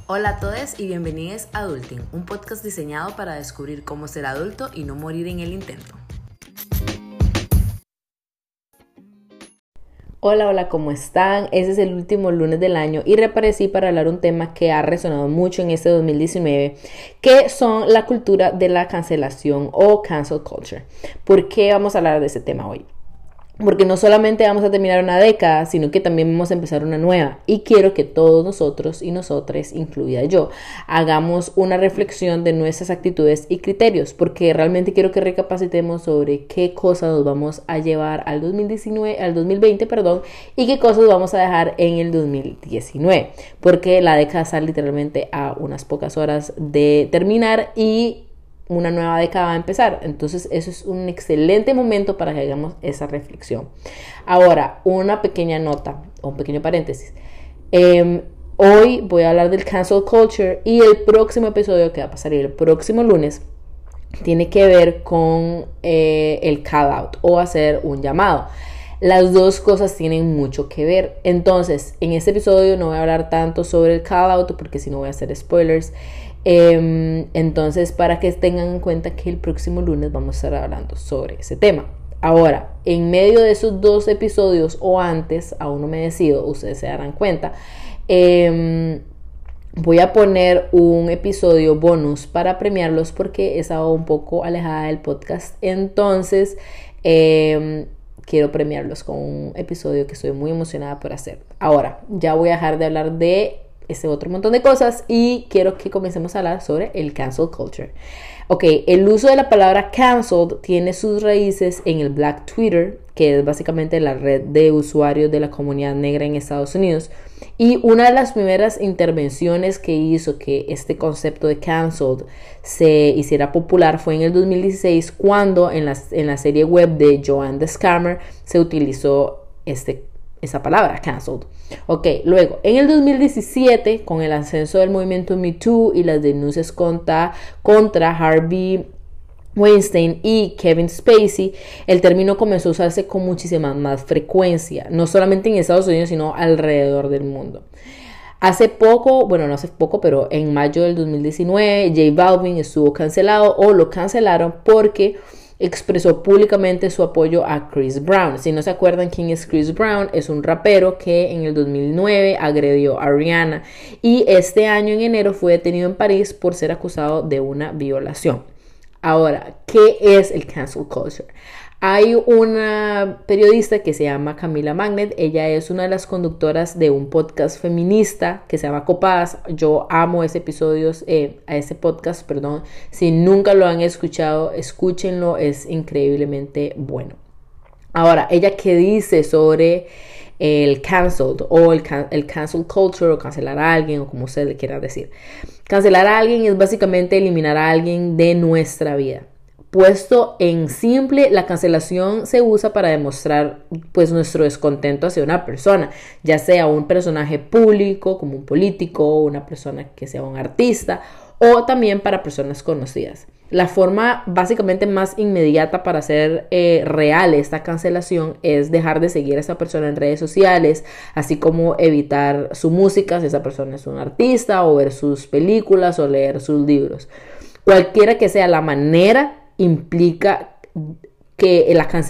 Hola a todos y bienvenidos a Adulting, un podcast diseñado para descubrir cómo ser adulto y no morir en el intento. Hola, ¿cómo están? Ese es el último lunes del año y reaparecí para hablar un tema que ha resonado mucho en este 2019, que son la cultura de la cancelación o cancel culture. ¿Por qué vamos a hablar de ese tema hoy? Porque no solamente vamos a terminar una década, sino que también vamos a empezar una nueva. Y quiero que todos nosotros y nosotras, incluida yo, hagamos una reflexión de nuestras actitudes y criterios. Porque realmente quiero que recapacitemos sobre qué cosas nos vamos a llevar al 2020, y qué cosas vamos a dejar en el 2019. Porque la década está literalmente a unas pocas horas de terminar y una nueva década va a empezar. Entonces eso es un excelente momento para que hagamos esa reflexión. Ahora, una pequeña nota o un pequeño paréntesis. Hoy voy a hablar del cancel culture y el próximo episodio que va a pasar el próximo lunes tiene que ver con el call out o hacer un llamado. Las dos cosas tienen mucho que ver. Entonces, en este episodio no voy a hablar tanto sobre el call out porque si no voy a hacer spoilers. Entonces, para que tengan en cuenta que el próximo lunes vamos a estar hablando sobre ese tema. Ahora, en medio de esos dos episodios o antes, aún no me decido, ustedes se darán cuenta, voy a poner un episodio bonus para premiarlos porque estaba un poco alejada del podcast. Entonces, quiero premiarlos con un episodio que estoy muy emocionada por hacer. Ahora, ya voy a dejar de hablar de este otro montón de cosas y quiero que comencemos a hablar sobre el cancel culture. Ok, el uso de la palabra canceled tiene sus raíces en el Black Twitter, que es básicamente la red de usuarios de la comunidad negra en Estados Unidos. Y una de las primeras intervenciones que hizo que este concepto de canceled se hiciera popular fue en el 2016 cuando en la serie web de Joanne the Scammer se utilizó esa palabra, canceled. Ok, luego, en el 2017, con el ascenso del movimiento Me Too y las denuncias contra Harvey Weinstein y Kevin Spacey, el término comenzó a usarse con muchísima más frecuencia, no solamente en Estados Unidos, sino alrededor del mundo. Hace poco, bueno, no hace poco, pero en mayo del 2019, J Balvin estuvo cancelado o lo cancelaron porque expresó públicamente su apoyo a Chris Brown. Si no se acuerdan quién es Chris Brown, es un rapero que en el 2009 agredió a Rihanna y este año en enero fue detenido en París por ser acusado de una violación. Ahora, ¿qué es el cancel culture? Hay una periodista que se llama Camila Magnet. Ella es una de las conductoras de un podcast feminista que se llama Copadas. Yo amo ese podcast. Si nunca lo han escuchado, escúchenlo, es increíblemente bueno. Ahora, ella qué dice sobre el canceled o el cancel culture o cancelar a alguien o como usted le quiera decir. Cancelar a alguien es básicamente eliminar a alguien de nuestra vida. Puesto en simple, la cancelación se usa para demostrar pues nuestro descontento hacia una persona, ya sea un personaje público como un político, una persona que sea un artista o también para personas conocidas. La forma básicamente más inmediata para hacer real esta cancelación es dejar de seguir a esa persona en redes sociales, así como evitar su música si esa persona es un artista, o ver sus películas o leer sus libros. Cualquiera que sea la manera, implica que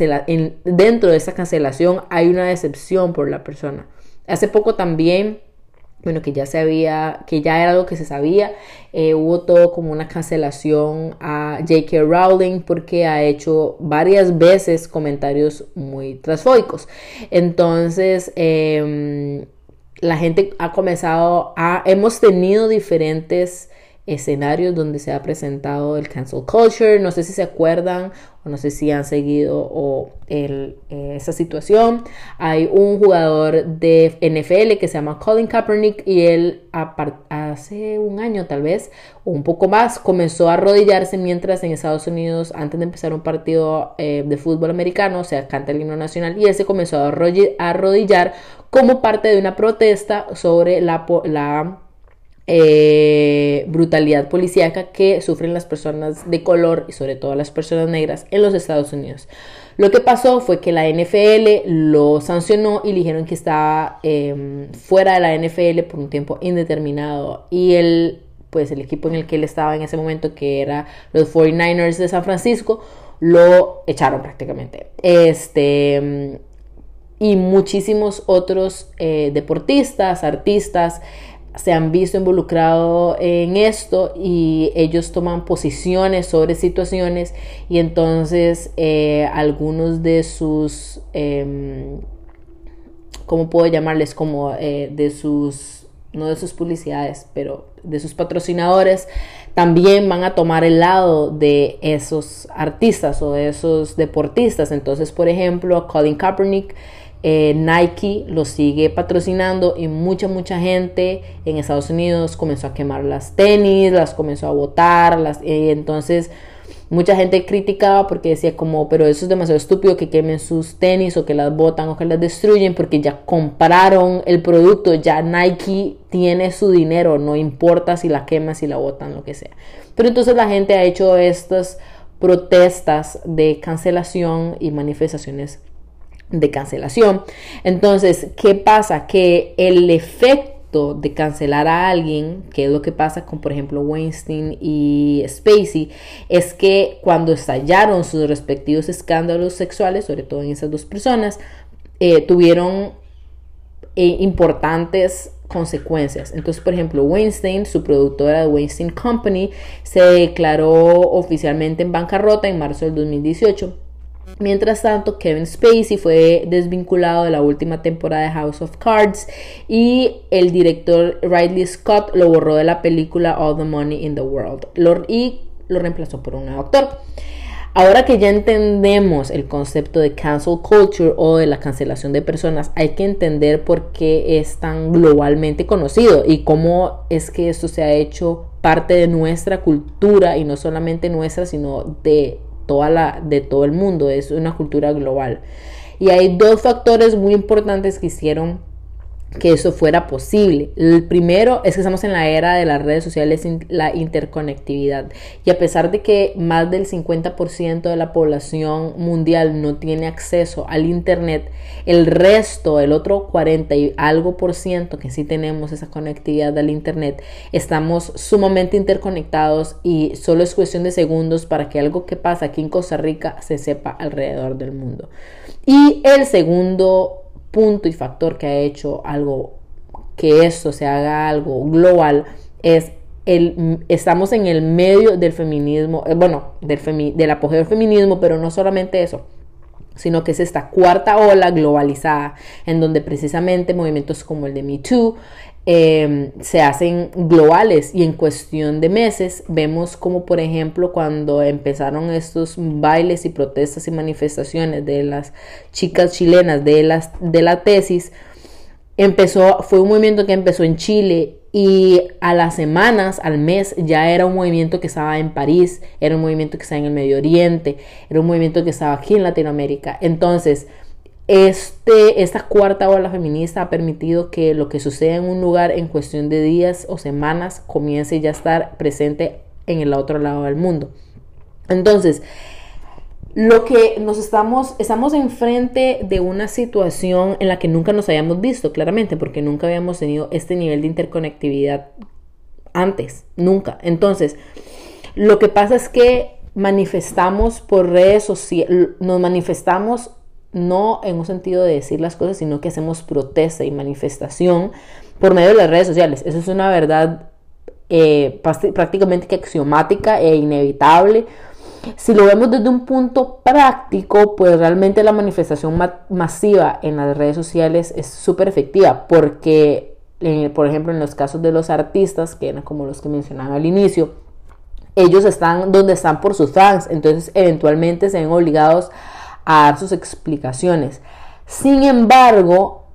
dentro de esa cancelación hay una decepción por la persona. Hace poco también, que ya era algo que se sabía, hubo todo como una cancelación a J.K. Rowling porque ha hecho varias veces comentarios muy transfóbicos. Entonces, la gente hemos tenido diferentes escenarios donde se ha presentado el cancel culture. No sé si se acuerdan o no sé si han seguido esa situación. Hay un jugador de NFL que se llama Colin Kaepernick y él hace un año tal vez o un poco más comenzó a arrodillarse mientras en Estados Unidos, antes de empezar un partido de fútbol americano, se canta el himno nacional y él se comenzó a arrodillar como parte de una protesta sobre la brutalidad policíaca que sufren las personas de color y sobre todo las personas negras en los Estados Unidos. Lo que pasó fue que la NFL lo sancionó y le dijeron que estaba fuera de la NFL por un tiempo indeterminado. Y el equipo en el que él estaba en ese momento, que era los 49ers de San Francisco, lo echaron prácticamente. Y muchísimos otros deportistas, artistas, se han visto involucrados en esto y ellos toman posiciones sobre situaciones y entonces algunos de sus, ¿cómo puedo llamarles? Como de sus, no de sus publicidades, pero de sus patrocinadores, también van a tomar el lado de esos artistas o de esos deportistas. Entonces, por ejemplo, Colin Kaepernick, Nike lo sigue patrocinando y mucha gente en Estados Unidos comenzó a quemar las tenis, las comenzó a botar, entonces mucha gente criticaba porque decía como, pero eso es demasiado estúpido que quemen sus tenis o que las botan o que las destruyen porque ya compraron el producto, ya Nike tiene su dinero, no importa si la queman, si la botan, lo que sea. Pero entonces la gente ha hecho estas protestas de cancelación y manifestaciones de cancelación. Entonces, ¿qué pasa? Que el efecto de cancelar a alguien, que es lo que pasa con, por ejemplo, Weinstein y Spacey, es que cuando estallaron sus respectivos escándalos sexuales, sobre todo en esas dos personas, tuvieron importantes consecuencias. Entonces, por ejemplo, Weinstein, su productora de Weinstein Company, se declaró oficialmente en bancarrota en marzo del 2018. Mientras tanto, Kevin Spacey fue desvinculado de la última temporada de House of Cards y el director Ridley Scott lo borró de la película All the Money in the World y lo reemplazó por un nuevo actor. Ahora que ya entendemos el concepto de cancel culture o de la cancelación de personas, hay que entender por qué es tan globalmente conocido y cómo es que esto se ha hecho parte de nuestra cultura, y no solamente nuestra, sino de todo el mundo. Es una cultura global y hay dos factores muy importantes que hicieron que eso fuera posible. El primero es que estamos en la era de las redes sociales, la interconectividad, y a pesar de que más del 50% de la población mundial no tiene acceso al internet, el resto, el otro 40 y algo por ciento que sí tenemos esa conectividad al internet, estamos sumamente interconectados y solo es cuestión de segundos para que algo que pasa aquí en Costa Rica se sepa alrededor del mundo. Y el segundo punto y factor que ha hecho algo que esto se haga algo global es estamos en el medio del feminismo, del apogeo del feminismo, pero no solamente eso, sino que es esta cuarta ola globalizada en donde precisamente movimientos como el de Me Too se hacen globales, y en cuestión de meses vemos como, por ejemplo, cuando empezaron estos bailes y protestas y manifestaciones de las chicas chilenas de la tesis, fue un movimiento que empezó en Chile y a las semanas, al mes, ya era un movimiento que estaba en París, era un movimiento que estaba en el Medio Oriente, era un movimiento que estaba aquí en Latinoamérica. Entonces, esta cuarta ola feminista ha permitido que lo que sucede en un lugar en cuestión de días o semanas comience ya a estar presente en el otro lado del mundo. Entonces, lo que estamos enfrente de una situación en la que nunca nos habíamos visto, claramente, porque nunca habíamos tenido este nivel de interconectividad antes, nunca. Entonces, lo que pasa es que manifestamos por redes sociales, nos manifestamos no en un sentido de decir las cosas, sino que hacemos protesta y manifestación por medio de las redes sociales. Eso es una verdad prácticamente que axiomática e inevitable. Si lo vemos desde un punto práctico, pues realmente la manifestación masiva en las redes sociales es súper efectiva, porque, por ejemplo, en los casos de los artistas, que eran como los que mencionaba al inicio, ellos están donde están por sus fans, entonces eventualmente se ven obligados a dar sus explicaciones. Sin embargo,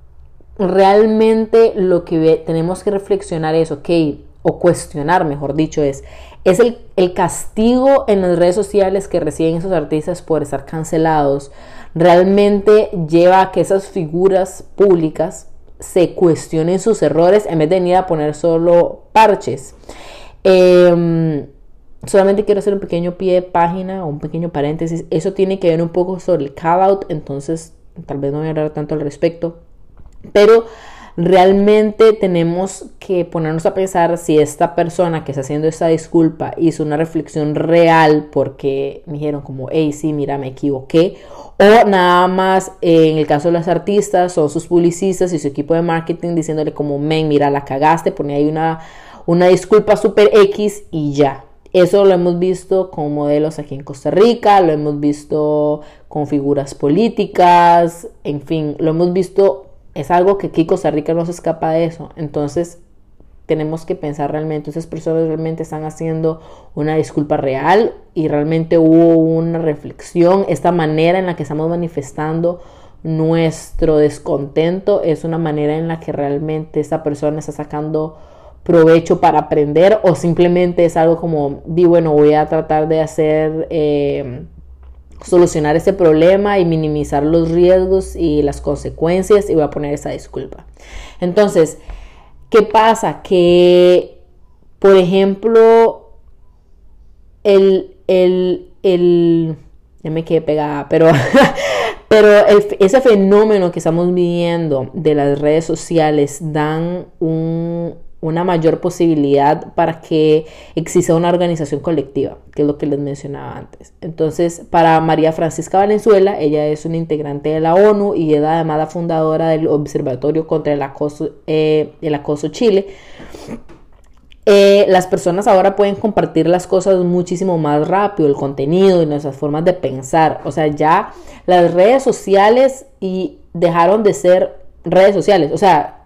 realmente lo que tenemos que reflexionar es, o cuestionar, mejor dicho, es el castigo en las redes sociales que reciben esos artistas por estar cancelados, realmente lleva a que esas figuras públicas se cuestionen sus errores en vez de venir a poner solo parches. solamente quiero hacer un pequeño pie de página o un pequeño paréntesis. Eso tiene que ver un poco sobre el call-out, entonces tal vez no voy a hablar tanto al respecto. Pero realmente tenemos que ponernos a pensar si esta persona que está haciendo esta disculpa hizo una reflexión real porque me dijeron como, hey, sí, mira, me equivoqué. O nada más, en el caso de los artistas, son sus publicistas y su equipo de marketing diciéndole como, men, mira, la cagaste, pone ahí una disculpa super X y ya. Eso lo hemos visto con modelos aquí en Costa Rica, lo hemos visto con figuras políticas, en fin, lo hemos visto, es algo que aquí Costa Rica no se escapa de eso. Entonces tenemos que pensar realmente, esas personas realmente están haciendo una disculpa real y realmente hubo una reflexión. Esta manera en la que estamos manifestando nuestro descontento es una manera en la que realmente esta persona está sacando provecho para aprender, o simplemente es algo como, bueno, voy a tratar de solucionar este problema y minimizar los riesgos y las consecuencias y voy a poner esa disculpa. Entonces, ¿qué pasa? Que, por ejemplo, ya me quedé pegada, pero ese fenómeno que estamos viviendo de las redes sociales dan una mayor posibilidad para que exista una organización colectiva, que es lo que les mencionaba antes. Entonces, para María Francisca Valenzuela, ella es una integrante de la ONU y es además la fundadora del Observatorio contra el Acoso Chile. Las personas ahora pueden compartir las cosas muchísimo más rápido, el contenido y nuestras formas de pensar. O sea, ya las redes sociales dejaron de ser redes sociales. O sea,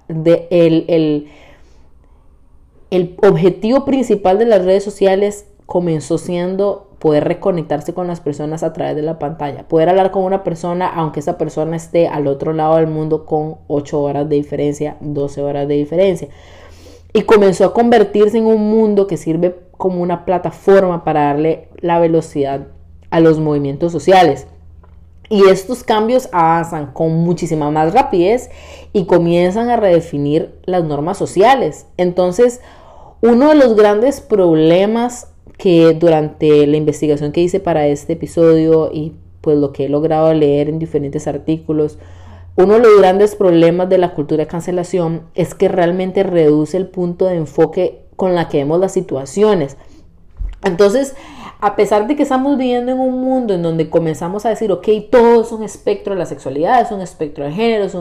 el objetivo principal de las redes sociales comenzó siendo poder reconectarse con las personas a través de la pantalla, poder hablar con una persona aunque esa persona esté al otro lado del mundo con 8 horas de diferencia, 12 horas de diferencia, y comenzó a convertirse en un mundo que sirve como una plataforma para darle la velocidad a los movimientos sociales. Y estos cambios avanzan con muchísima más rapidez y comienzan a redefinir las normas sociales. Entonces, uno de los grandes problemas que durante la investigación que hice para este episodio y pues lo que he logrado leer en diferentes artículos, uno de los grandes problemas de la cultura de cancelación es que realmente reduce el punto de enfoque con la que vemos las situaciones. Entonces, a pesar de que estamos viviendo en un mundo en donde comenzamos a decir, ok, todo es un espectro, la sexualidad es un espectro de género, es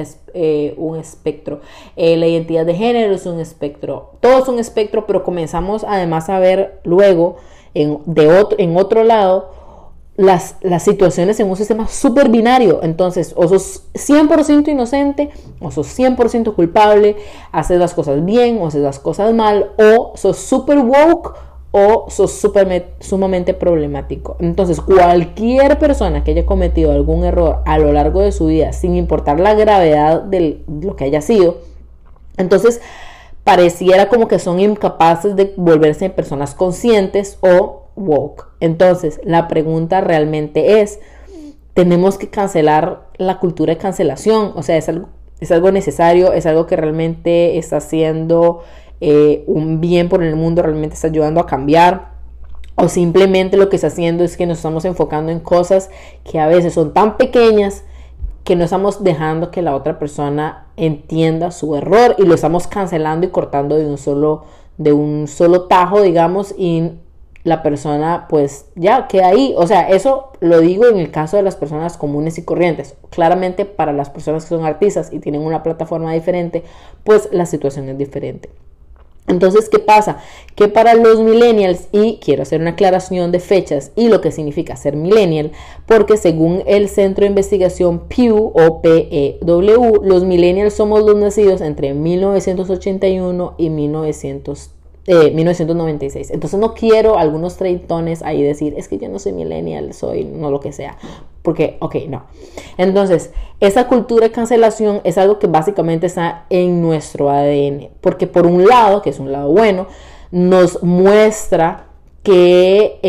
un espectro, la identidad de género es un espectro, todo es un espectro, pero comenzamos además a ver luego en otro lado las situaciones en un sistema súper binario. Entonces, o sos 100% inocente, o sos 100% culpable, haces las cosas bien, o haces las cosas mal, o sos súper woke, o sos sumamente problemático. Entonces, cualquier persona que haya cometido algún error a lo largo de su vida, sin importar la gravedad de lo que haya sido, entonces pareciera como que son incapaces de volverse personas conscientes o woke. Entonces, la pregunta realmente es, ¿tenemos que cancelar la cultura de cancelación? O sea, es algo necesario, es algo que realmente está haciendo un bien por el mundo, realmente está ayudando a cambiar, o simplemente lo que está haciendo es que nos estamos enfocando en cosas que a veces son tan pequeñas que no estamos dejando que la otra persona entienda su error y lo estamos cancelando y cortando de un solo tajo, digamos, y la persona pues ya queda ahí. O sea, eso lo digo en el caso de las personas comunes y corrientes. Claramente para las personas que son artistas y tienen una plataforma diferente, pues la situación es diferente. Entonces, ¿qué pasa? Que para los millennials, y quiero hacer una aclaración de fechas y lo que significa ser millennial, porque según el Centro de Investigación Pew o PEW, los millennials somos los nacidos entre 1981 y 1996. Entonces no quiero algunos treintones ahí decir, es que yo no soy millennial, soy no lo que sea. Porque, ok, no. Entonces, esa cultura de cancelación es algo que básicamente está en nuestro ADN. Porque por un lado, que es un lado bueno, nos muestra que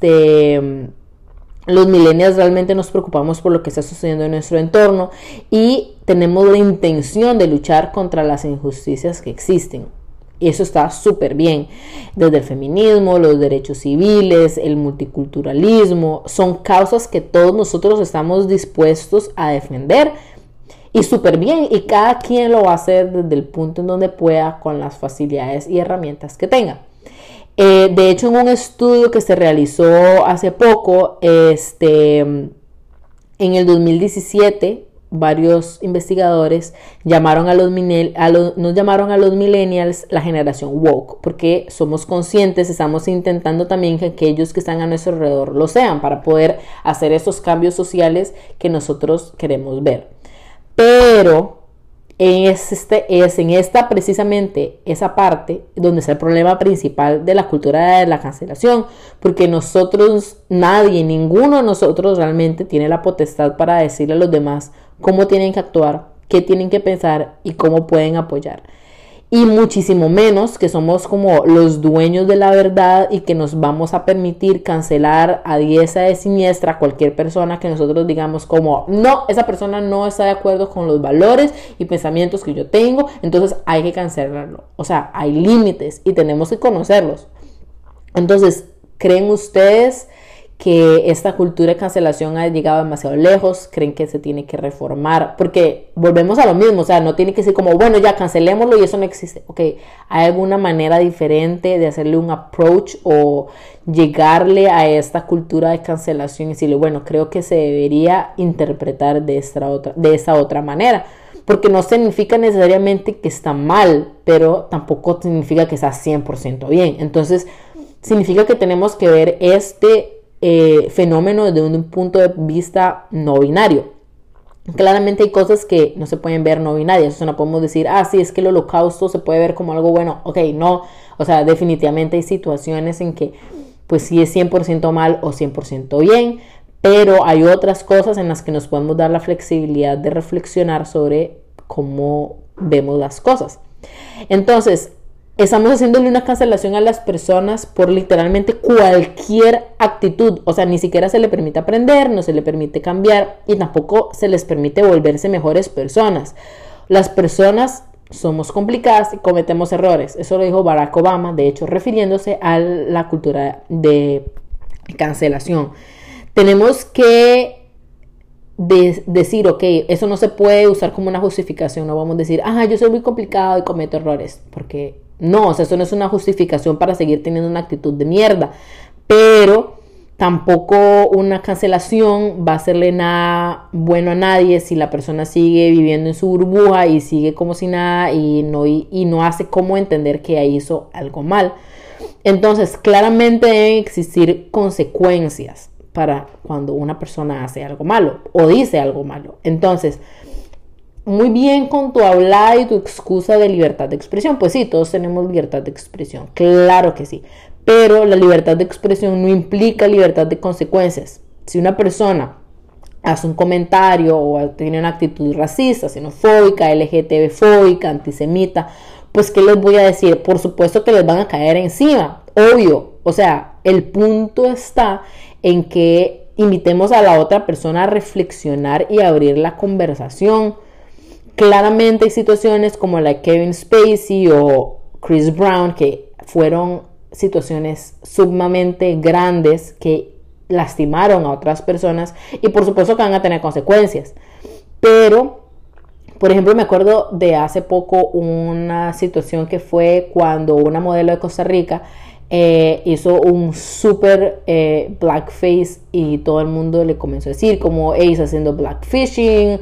los millennials realmente nos preocupamos por lo que está sucediendo en nuestro entorno y tenemos la intención de luchar contra las injusticias que existen. Eso está súper bien. Desde el feminismo, los derechos civiles, el multiculturalismo, son causas que todos nosotros estamos dispuestos a defender. Y súper bien, y cada quien lo va a hacer desde el punto en donde pueda, con las facilidades y herramientas que tenga. De hecho, en un estudio que se realizó hace poco, en el 2017, varios investigadores nos llamaron a los millennials la generación woke, porque somos conscientes, estamos intentando también que aquellos que están a nuestro alrededor lo sean, para poder hacer esos cambios sociales que nosotros queremos ver. Pero es en esta precisamente esa parte donde está el problema principal de la cultura de la cancelación, porque ninguno de nosotros realmente tiene la potestad para decirle a los demás cómo tienen que actuar, qué tienen que pensar y cómo pueden apoyar. Y muchísimo menos que somos como los dueños de la verdad y que nos vamos a permitir cancelar a diestra y siniestra a cualquier persona que nosotros digamos como, no, esa persona no está de acuerdo con los valores y pensamientos que yo tengo, entonces hay que cancelarlo. O sea, hay límites y tenemos que conocerlos. Entonces, ¿creen ustedes que esta cultura de cancelación ha llegado demasiado lejos? ¿Creen que se tiene que reformar? Porque volvemos a lo mismo, o sea, no tiene que ser como, bueno, ya cancelémoslo y eso no existe. Ok, ¿hay alguna manera diferente de hacerle un approach o llegarle a esta cultura de cancelación y decirle, bueno, creo que se debería interpretar de esta otra manera? Porque no significa necesariamente que está mal, pero tampoco significa que está 100% bien. Entonces, significa que tenemos que ver fenómeno desde un punto de vista no binario. Claramente hay cosas que no se pueden ver no binarias. O sea, no podemos decir, sí, es que el holocausto se puede ver como algo bueno. Ok, no. O sea, definitivamente hay situaciones en que pues sí es 100% mal o 100% bien, pero hay otras cosas en las que nos podemos dar la flexibilidad de reflexionar sobre cómo vemos las cosas. Entonces, estamos haciéndole una cancelación a las personas por literalmente cualquier actitud. O sea, ni siquiera se le permite aprender, no se le permite cambiar y tampoco se les permite volverse mejores personas. Las personas somos complicadas y cometemos errores. Eso lo dijo Barack Obama, de hecho, refiriéndose a la cultura de cancelación. Tenemos que decir, ok, eso no se puede usar como una justificación. No vamos a decir, yo soy muy complicado y cometo errores, porque no, o sea, eso no es una justificación para seguir teniendo una actitud de mierda, pero tampoco una cancelación va a hacerle nada bueno a nadie si la persona sigue viviendo en su burbuja y sigue como si nada y no hace cómo entender que hizo algo mal. Entonces, claramente deben existir consecuencias para cuando una persona hace algo malo o dice algo malo. Entonces, muy bien con tu hablar y tu excusa de libertad de expresión. Pues sí, todos tenemos libertad de expresión, claro que sí. Pero la libertad de expresión no implica libertad de consecuencias. Si una persona hace un comentario o tiene una actitud racista, xenofóbica, LGTB-fóbica, antisemita, pues ¿qué les voy a decir? Por supuesto que les van a caer encima, obvio. O sea, el punto está en que invitemos a la otra persona a reflexionar y abrir la conversación. Claramente hay situaciones como la de Kevin Spacey o Chris Brown que fueron situaciones sumamente grandes que lastimaron a otras personas y por supuesto que van a tener consecuencias. Pero, por ejemplo, me acuerdo de hace poco una situación que fue cuando una modelo de Costa Rica hizo un super blackface y todo el mundo le comenzó a decir como está haciendo blackfishing,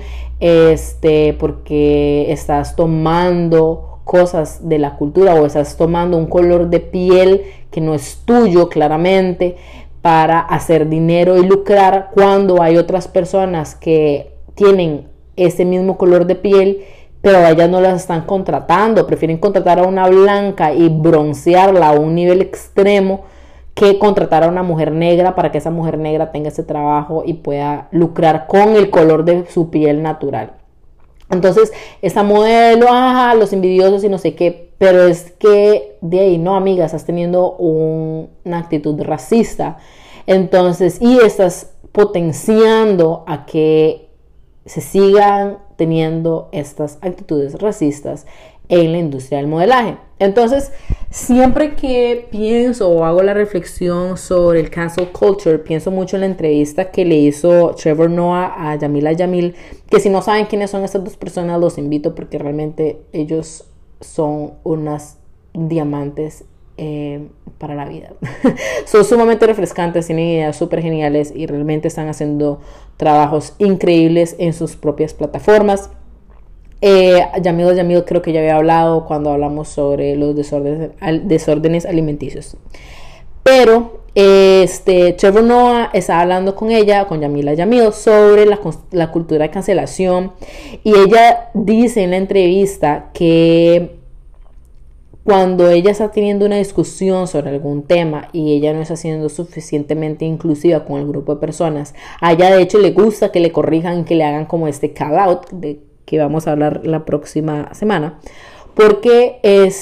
porque estás tomando cosas de la cultura o estás tomando un color de piel que no es tuyo claramente para hacer dinero y lucrar, cuando hay otras personas que tienen ese mismo color de piel pero a ellas no las están contratando, prefieren contratar a una blanca y broncearla a un nivel extremo que contratar a una mujer negra para que esa mujer negra tenga ese trabajo y pueda lucrar con el color de su piel natural. Entonces, esta modelo, los envidiosos y no sé qué, pero es que de ahí, no, amiga, estás teniendo una actitud racista. Entonces, y estás potenciando a que se sigan teniendo estas actitudes racistas en la industria del modelaje. Entonces, siempre que pienso o hago la reflexión sobre el cancel culture, pienso mucho en la entrevista que le hizo Trevor Noah a Jamila Jamil, que si no saben quiénes son estas dos personas, los invito porque realmente ellos son unas diamantes para la vida. Son sumamente refrescantes, tienen ideas súper geniales y realmente están haciendo trabajos increíbles en sus propias plataformas. Yamil creo que ya había hablado cuando hablamos sobre los desórdenes alimenticios. Pero Trevor Noah estaba hablando con ella, con Jamila Jamil, sobre la cultura de cancelación. Y ella dice en la entrevista que cuando ella está teniendo una discusión sobre algún tema y ella no está siendo suficientemente inclusiva con el grupo de personas, a ella de hecho le gusta que le corrijan, que le hagan como este call out de que vamos a hablar la próxima semana, porque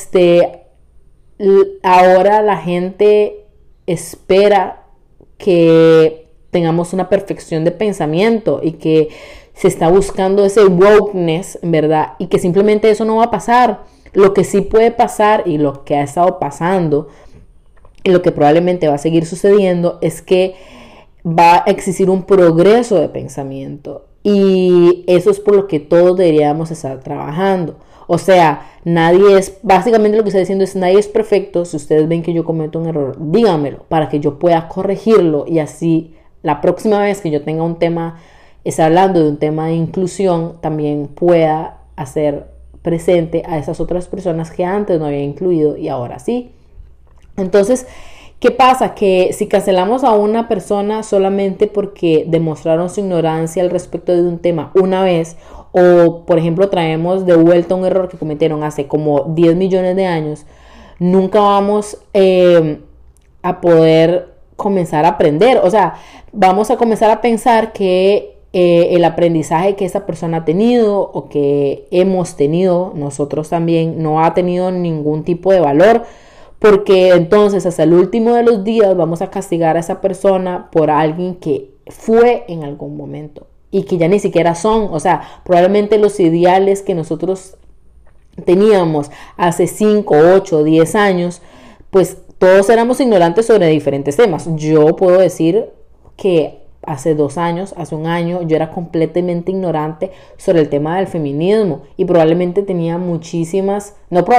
ahora la gente espera que tengamos una perfección de pensamiento y que se está buscando ese wokeness, ¿verdad? Y que simplemente eso no va a pasar. Lo que sí puede pasar y lo que ha estado pasando y lo que probablemente va a seguir sucediendo es que va a existir un progreso de pensamiento. Y eso es por lo que todos deberíamos estar trabajando. O sea, básicamente lo que está diciendo es, nadie es perfecto. Si ustedes ven que yo cometo un error, díganmelo para que yo pueda corregirlo. Y así, la próxima vez que yo tenga un tema, está hablando de un tema de inclusión, también pueda hacer presente a esas otras personas que antes no había incluido y ahora sí. Entonces, ¿qué pasa? Que si cancelamos a una persona solamente porque demostraron su ignorancia al respecto de un tema una vez, o por ejemplo traemos de vuelta un error que cometieron hace como 10 millones de años, nunca vamos a poder comenzar a aprender. O sea, vamos a comenzar a pensar que el aprendizaje que esa persona ha tenido o que hemos tenido nosotros también no ha tenido ningún tipo de valor, porque entonces hasta el último de los días vamos a castigar a esa persona por alguien que fue en algún momento y que ya ni siquiera son. O sea, probablemente los ideales que nosotros teníamos hace 5, 8, 10 años, pues todos éramos ignorantes sobre diferentes temas. Yo puedo decir que hace 2 años, hace un año, yo era completamente ignorante sobre el tema del feminismo y tenía muchísimas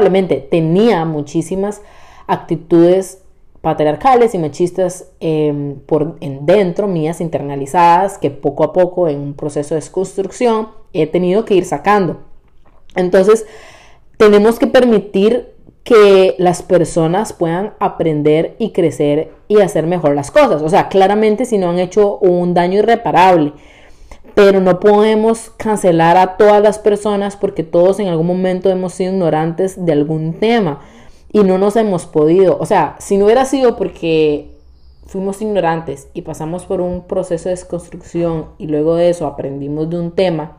actitudes patriarcales y machistas por dentro mías, internalizadas, que poco a poco en un proceso de desconstrucción he tenido que ir sacando. Entonces, tenemos que permitir que las personas puedan aprender y crecer y hacer mejor las cosas. O sea, claramente si no han hecho un daño irreparable, pero no podemos cancelar a todas las personas porque todos en algún momento hemos sido ignorantes de algún tema y no nos hemos podido. O sea, si no hubiera sido porque fuimos ignorantes y pasamos por un proceso de desconstrucción y luego de eso aprendimos de un tema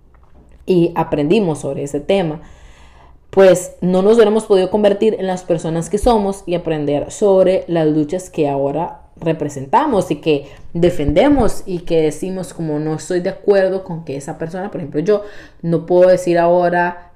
y aprendimos sobre ese tema, pues no nos hubiéramos podido convertir en las personas que somos y aprender sobre las luchas que ahora representamos y que defendemos y que decimos como no estoy de acuerdo con que esa persona, por ejemplo, yo no puedo decir ahora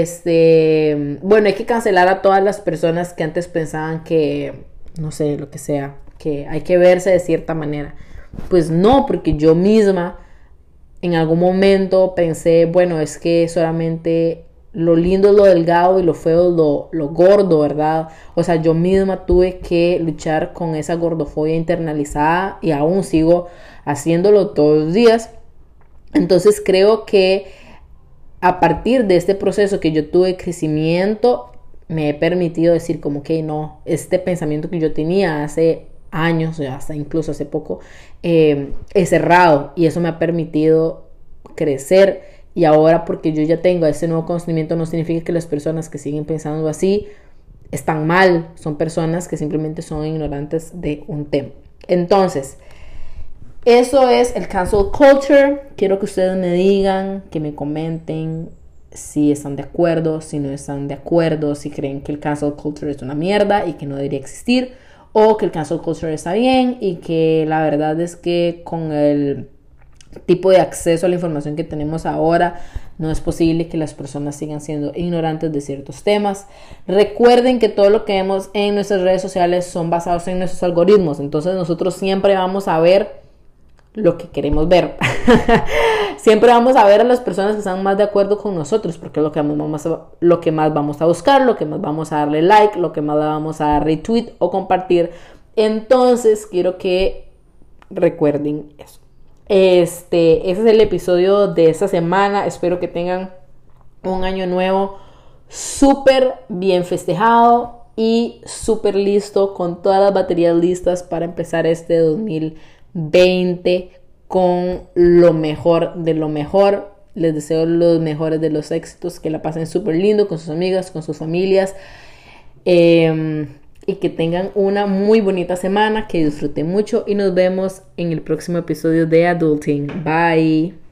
bueno, hay que cancelar a todas las personas que antes pensaban que, no sé, lo que sea, que hay que verse de cierta manera. Pues no, porque yo misma en algún momento pensé, bueno, es que solamente lo lindo es lo delgado y lo feo es lo gordo, ¿verdad? O sea, yo misma tuve que luchar con esa gordofobia internalizada y aún sigo haciéndolo todos los días. Entonces creo que a partir de este proceso que yo tuve de crecimiento, me he permitido decir como que no, este pensamiento que yo tenía hace años, hasta incluso hace poco, he cerrado y eso me ha permitido crecer. Y ahora porque yo ya tengo ese nuevo conocimiento no significa que las personas que siguen pensando así están mal. Son personas que simplemente son ignorantes de un tema. Entonces, eso es el cancel culture. Quiero que ustedes me digan, que me comenten si están de acuerdo, si no están de acuerdo, si creen que el cancel culture es una mierda y que no debería existir, o que el cancel culture está bien y que la verdad es que con el tipo de acceso a la información que tenemos ahora, no es posible que las personas sigan siendo ignorantes de ciertos temas. Recuerden que todo lo que vemos en nuestras redes sociales son basados en nuestros algoritmos, entonces nosotros siempre vamos a ver lo que queremos ver. Siempre vamos a ver a las personas que están más de acuerdo con nosotros, porque es lo que más vamos a buscar, lo que más vamos a darle like, lo que más vamos a dar retweet o compartir. Entonces quiero que recuerden eso. Ese es el episodio de esta semana. Espero que tengan un año nuevo súper bien festejado y súper listo, con todas las baterías listas para empezar este 2020 con lo mejor de lo mejor. Les deseo los mejores de los éxitos, que la pasen súper lindo con sus amigas, con sus familias, y que tengan una muy bonita semana, que disfruten mucho y nos vemos en el próximo episodio de Adulting. Bye.